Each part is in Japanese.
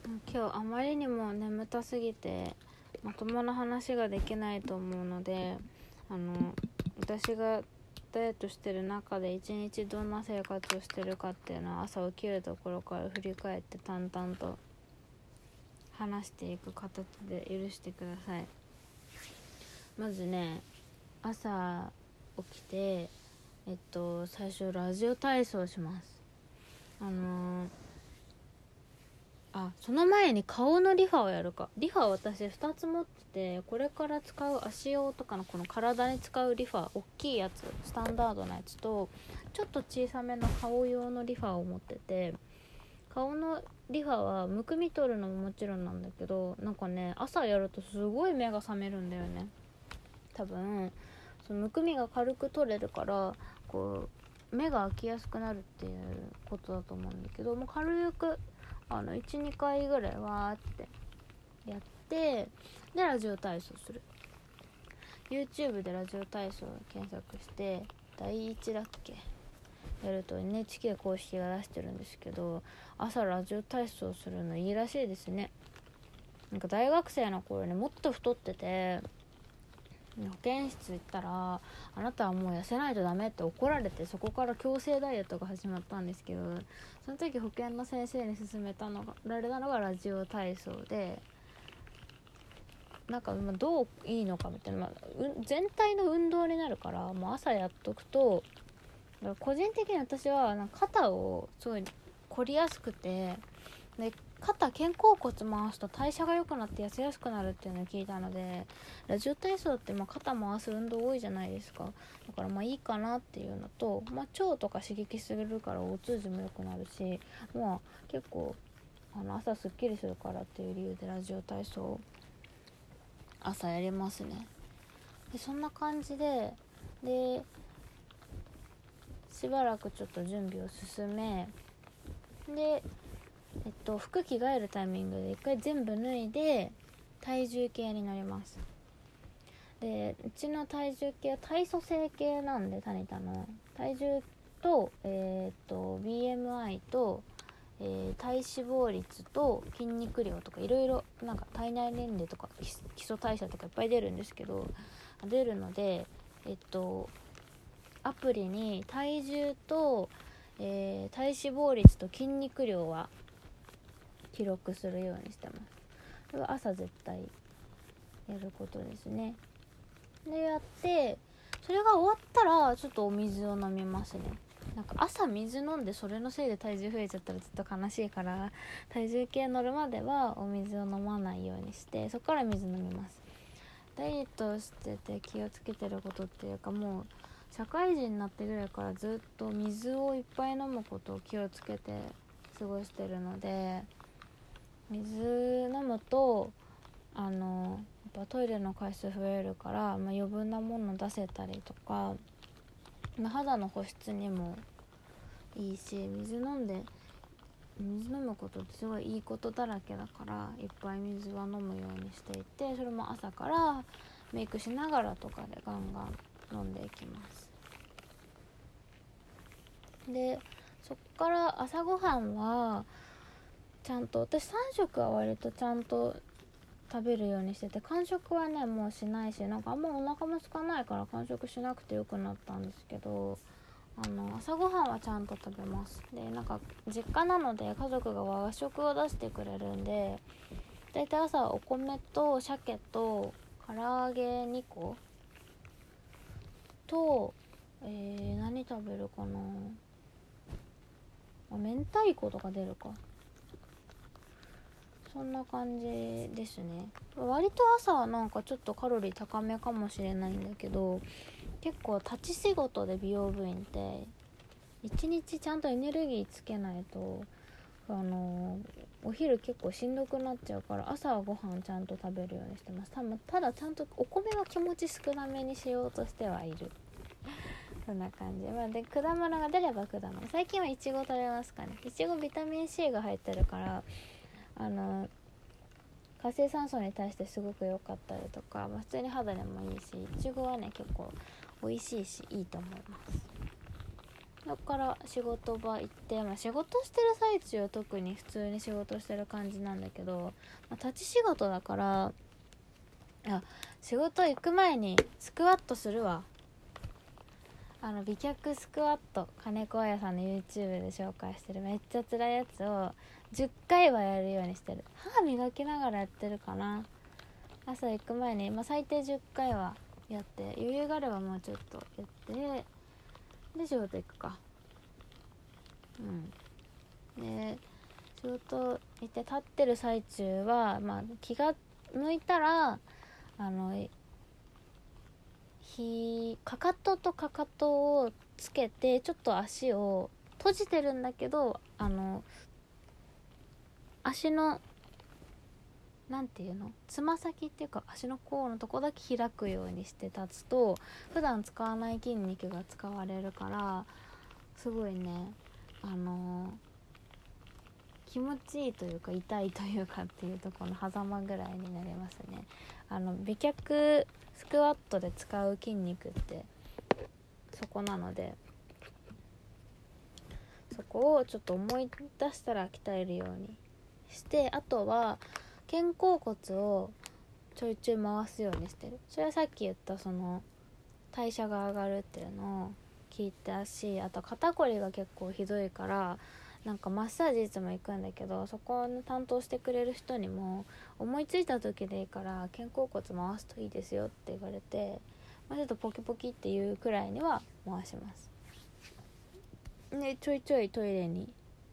今日あまりにも眠たすぎてまともな話ができないと思うので、私がダイエットしてる中で一日どんな生活をしてるかっていうのは朝起きるところから振り返って淡々と話していく形で許してください。まずね、朝起きて最初ラジオ体操します。その前に顔のリファをやるか。リファ私2つ持ってて、これから使う足用とかのこの体に使うリファ、大きいやつ、スタンダードなやつとちょっと小さめの顔用のリファを持ってて、顔のリファはむくみ取るのももちろんなんだけど、なんかね、朝やるとすごい目が覚めるんだよね。多分そのむくみが軽く取れるから、こう目が開きやすくなるっていうことだと思うんだけど、もう軽く1、2回ぐらいわーってやって、でラジオ体操する。 YouTube でラジオ体操検索して第一だっけやると NHK 公式が出してるんですけど、朝ラジオ体操するのいいらしいですね。なんか大学生の頃にもっと太ってて、保健室行ったらあなたはもう痩せないとダメって怒られて、そこから強制ダイエットが始まったんですけど、その時保健の先生に勧められたのがラジオ体操で、なんかどういいのかみたいな、全体の運動になるから、もう朝やっとくと、個人的に私はなんか肩をすごい凝りやすくて、で肩肩甲骨回すと代謝が良くなって痩せやすくなるっていうのを聞いたので、ラジオ体操って肩回す運動多いじゃないですか。だからいいかなっていうのと、腸とか刺激するからお通じも良くなるし、結構朝すっきりするからっていう理由でラジオ体操朝やりますね。でそんな感じでしばらくちょっと準備を進めで、服着替えるタイミングで一回全部脱いで体重計に乗ります。でうちの体重計は体組成計なんで、タニタの体重と、BMI と、体脂肪率と筋肉量とかいろいろ、なんか体内年齢とか基礎代謝とかいっぱい出るんですけど、出るのでアプリに体重と、体脂肪率と筋肉量は記録するようにしてます。それは朝絶対やることですね。でやって、それが終わったらちょっとお水を飲みますね。なんか朝水飲んでそれのせいで体重増えちゃったらちょっと悲しいから、体重計乗るまではお水を飲まないようにして、そこから水飲みます。ダイエットしてて気をつけてることっていうか、もう社会人になってぐらいからずっと水をいっぱい飲むことを気をつけて過ごしてるので、水飲むとやっぱトイレの回数増えるから、余分なもの出せたりとか、肌の保湿にもいいし、水飲むことってすごいいいことだらけだから、いっぱい水は飲むようにしていて、それも朝からメイクしながらとかでガンガン飲んでいきます。でそっから朝ごはんはちゃんと、私3食は割とちゃんと食べるようにしてて、間食はねもうしないし、なんかあんまお腹も空かないから間食しなくてよくなったんですけど、朝ごはんはちゃんと食べます。でなんか実家なので家族が和食を出してくれるんで、だいたい朝はお米と鮭と唐揚げ2個と、何食べるかな、明太子とか出るか、そんな感じですね。割と朝はなんかちょっとカロリー高めかもしれないんだけど、結構立ち仕事で美容部員って一日ちゃんとエネルギーつけないとお昼結構しんどくなっちゃうから、朝はご飯ちゃんと食べるようにしてます。ただちゃんとお米は気持ち少なめにしようとしてはいるそんな感じ。で果物が出れば果物、最近はいちご食べますかね。いちごビタミン C が入ってるから活性酸素に対してすごく良かったりとか、普通に肌にもいいし、いちごはね結構美味しいしいいと思います。 そこから仕事場行って、仕事してる最中は特に普通に仕事してる感じなんだけど、立ち仕事だから、仕事行く前にスクワットするわ。美脚スクワット、金子彩さんの YouTube で紹介してるめっちゃ辛いやつを10回はやるようにしてる。歯磨きながらやってるかな。朝行く前に、最低10回はやって、余裕があればもうちょっとやってで仕事行くか。で仕事行って立ってる最中は、気が向いたらかかととかかとをつけてちょっと足を閉じてるんだけど、足のなんていうの、つま先っていうか足の甲のとこだけ開くようにして立つと普段使わない筋肉が使われるから、すごいね気持ちいいというか痛いというかっていうところの狭間ぐらいになりますね。美脚スクワットで使う筋肉ってそこなので、そこをちょっと思い出したら鍛えるようにして、あとは肩甲骨をちょいちょい回すようにしてる。それはさっき言ったその代謝が上がるっていうのを聞いたし、あと肩こりが結構ひどいから、なんかマッサージいつも行くんだけど、そこの担当してくれる人にも思いついた時でいいから肩甲骨回すといいですよって言われて、ちょっとポキポキっていうくらいには回します。でちょいちょいトイレに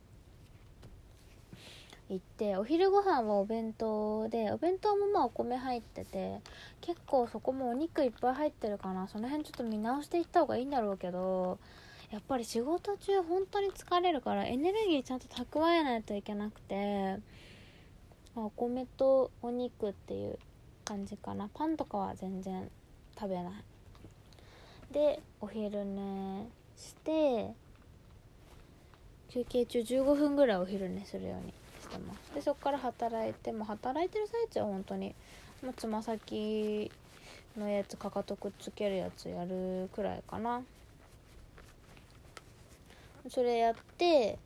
行って、お昼ご飯はお弁当で、お弁当もお米入ってて、結構そこもお肉いっぱい入ってるかな。その辺ちょっと見直していった方がいいんだろうけど、やっぱり仕事中本当に疲れるからエネルギーちゃんと蓄えないといけなくて、お米とお肉っていう感じかな。パンとかは全然食べない。でお昼寝して休憩中15分ぐらいお昼寝するようにしてます。でそこから働いて、働いてる最中は本当につま先のやつ、かかとくっつけるやつやるくらいかな。それやって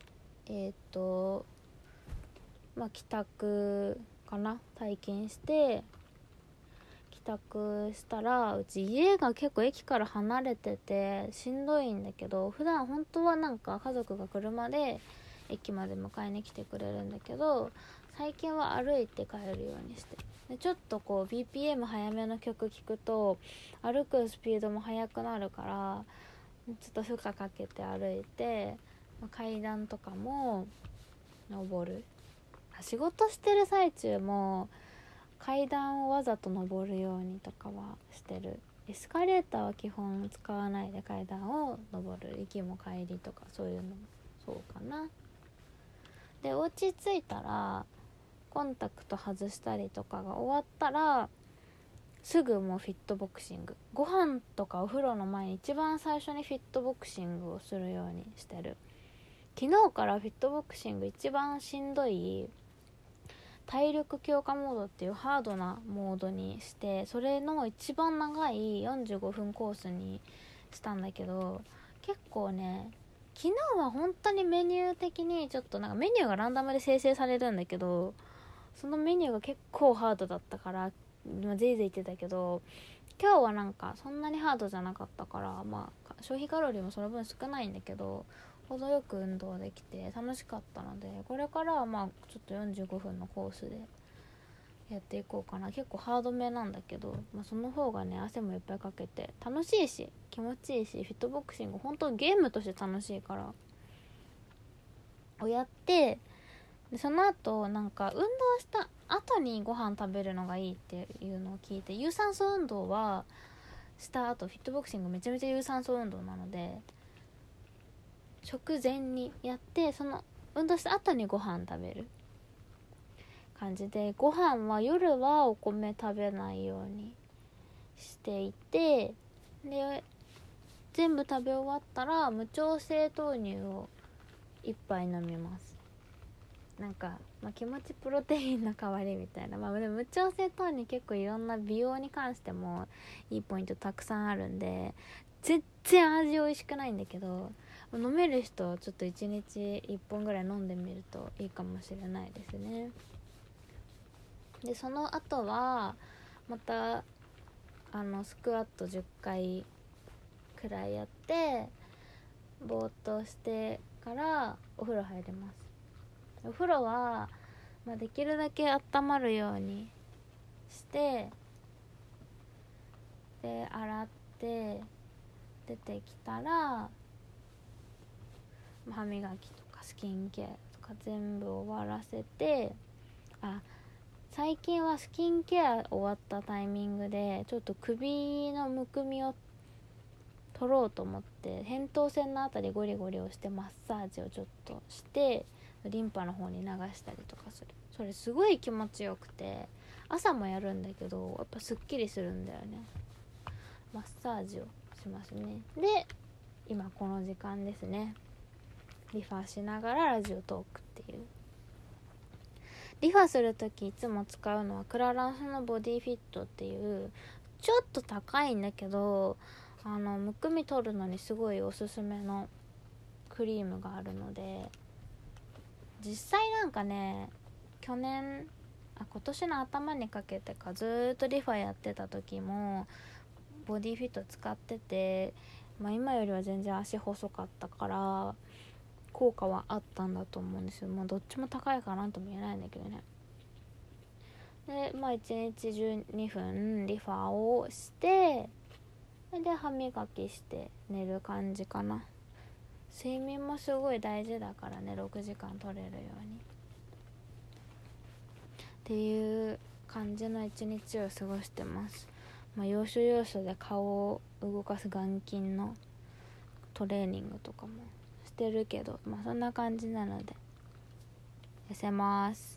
帰宅かな、退勤して帰宅したら、うち家が結構駅から離れててしんどいんだけど、普段本当はなんか家族が車で駅まで迎えに来てくれるんだけど、最近は歩いて帰るようにして、でちょっとこう BPM 早めの曲聴くと歩くスピードも速くなるから、ちょっと負荷かけて歩いて、階段とかも登る。仕事してる最中も階段をわざと登るようにとかはしてる。エスカレーターは基本使わないで階段を登る。行きも帰りとかそういうのもそうかな。でお家着いたらコンタクト外したりとかが終わったらすぐもうフィットボクシング、ご飯とかお風呂の前に一番最初にフィットボクシングをするようにしてる。昨日からフィットボクシング一番しんどい体力強化モードっていうハードなモードにして、それの一番長い45分コースにしたんだけど、結構ね、昨日は本当にメニュー的にちょっとなんかメニューがランダムで生成されるんだけど、そのメニューが結構ハードだったからぜいぜい言ってたけど、今日はなんかそんなにハードじゃなかったから、消費カロリーもその分少ないんだけど程よく運動できて楽しかったので、これからはちょっと45分のコースでやっていこうかな。結構ハードめなんだけど、その方がね汗もいっぱいかけて楽しいし気持ちいいし、フィットボクシング本当ゲームとして楽しいからをやって、でその後なんか運動した後にご飯食べるのがいいっていうのを聞いて、有酸素運動はした後、フィットボクシングめちゃめちゃ有酸素運動なので食前にやって、その運動した後にご飯食べる感じで、ご飯は夜はお米食べないようにしていて、で全部食べ終わったら無調整豆乳を1杯飲みます。なんか、気持ちプロテインの代わりみたいな。でも無調整豆乳結構いろんな美容に関してもいいポイントたくさんあるんで、全然味美味しくないんだけど、 飲める人はちょっと1日1本ぐらい飲んでみるといいかもしれないですね。でその後はまたスクワット10回くらいやってぼーっとしてからお風呂入ります。お風呂は、できるだけ温まるようにしてで洗って出てきたら歯磨きとかスキンケアとか全部終わらせて、最近はスキンケア終わったタイミングでちょっと首のむくみを取ろうと思って扁桃腺のあたりゴリゴリをしてマッサージをちょっとしてリンパの方に流したりとかする。それすごい気持ちよくて朝もやるんだけどやっぱすっきりするんだよね。マッサージをしますね。で今この時間ですね。リファしながらラジオトークっていう。リファするときいつも使うのはクラランスのボディフィットっていうちょっと高いんだけどむくみ取るのにすごいおすすめのクリームがあるので、実際なんかね今年の頭にかけてかずっとリファやってた時もボディフィット使ってて、今よりは全然足細かったから効果はあったんだと思うんですよ。どっちも高いかなとも言えないんだけどね。で1日12分リファをしてで歯磨きして寝る感じかな。睡眠もすごい大事だからね、6時間取れるようにっていう感じの一日を過ごしてます。要所要所で顔を動かす眼筋のトレーニングとかもしてるけど、そんな感じなので痩せます。